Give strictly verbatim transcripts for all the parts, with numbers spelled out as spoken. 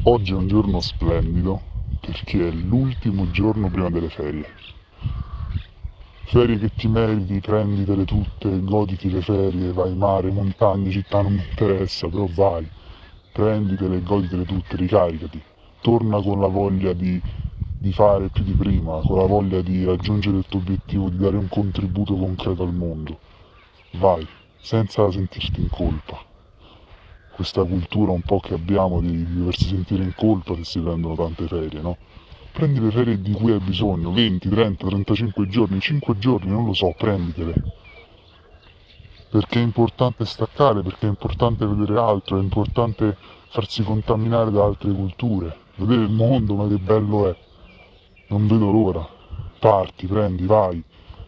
Oggi è un giorno splendido perché è l'ultimo giorno prima delle ferie. Ferie che ti meriti, prenditele tutte, goditi le ferie, vai mare, montagne, città, non mi interessa, però vai, prenditele, goditele tutte, ricaricati. Torna con la voglia di, di fare più di prima, con la voglia di raggiungere il tuo obiettivo, di dare un contributo concreto al mondo. Vai, senza sentirti in colpa. Questa cultura un po' che abbiamo di, di doversi sentire in colpa se si prendono tante ferie, no? Prendi le ferie di cui hai bisogno, venti, trenta, trentacinque giorni, cinque giorni, non lo so, prenditele. Perché è importante staccare, perché è importante vedere altro, è importante farsi contaminare da altre culture, vedere il mondo, ma che bello è. Non vedo l'ora. Parti, prendi, vai.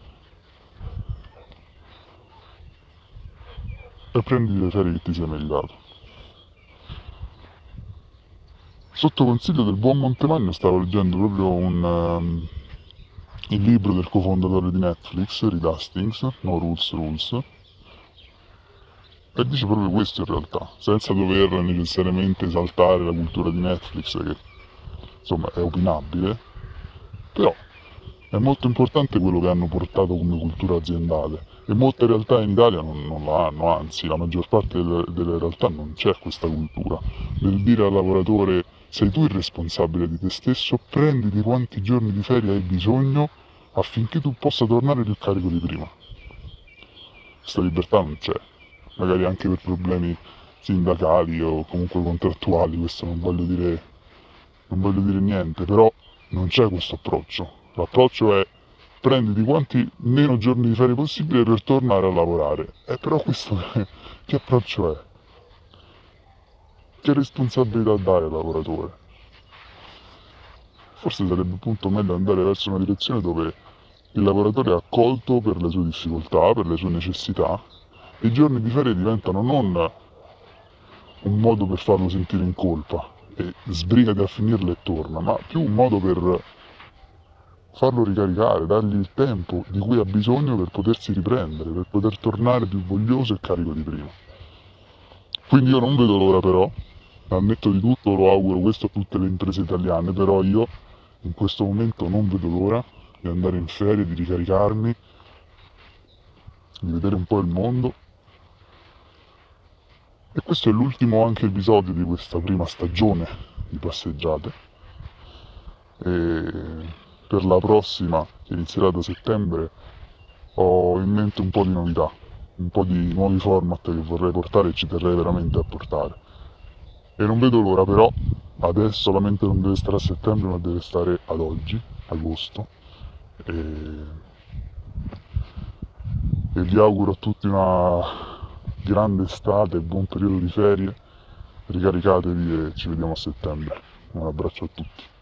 E prendi le ferie che ti sei meritato. Sotto consiglio del buon Montemagno stavo leggendo proprio un, um, il libro del cofondatore di Netflix, Reed Hastings, No Rules Rules, e dice proprio questo in realtà, senza dover necessariamente esaltare la cultura di Netflix, che insomma è opinabile, però è molto importante quello che hanno portato come cultura aziendale e molte realtà in Italia non, non la hanno, anzi la maggior parte delle, delle realtà non c'è questa cultura del dire al lavoratore sei tu il responsabile di te stesso, prenditi quanti giorni di ferie hai bisogno affinché tu possa tornare più carico di prima. Questa libertà non c'è, magari anche per problemi sindacali o comunque contrattuali, questo non voglio dire, non voglio dire niente, però non c'è questo approccio. L'approccio è prenditi quanti meno giorni di ferie possibile per tornare a lavorare. E però questo che approccio è? Che responsabilità dai al lavoratore? Forse sarebbe appunto meglio andare verso una direzione dove il lavoratore è accolto per le sue difficoltà, per le sue necessità, e i giorni di ferie diventano non un modo per farlo sentire in colpa e sbrigati a finirle e torna, ma più un modo per farlo ricaricare, dargli il tempo di cui ha bisogno per potersi riprendere, per poter tornare più voglioso e carico di prima. Quindi io non vedo l'ora però, al netto di tutto lo auguro questo a tutte le imprese italiane, però io in questo momento non vedo l'ora di andare in ferie, di ricaricarmi, di vedere un po' il mondo. E questo è l'ultimo anche episodio di questa prima stagione di passeggiate. E per la prossima, che inizierà da settembre, ho in mente un po' di novità, un po' di nuovi format che vorrei portare e ci terrei veramente a portare. E non vedo l'ora però, adesso la mente non deve stare a settembre ma deve stare ad oggi, agosto. E, e vi auguro a tutti una grande estate, buon periodo di ferie, ricaricatevi e ci vediamo a settembre. Un abbraccio a tutti.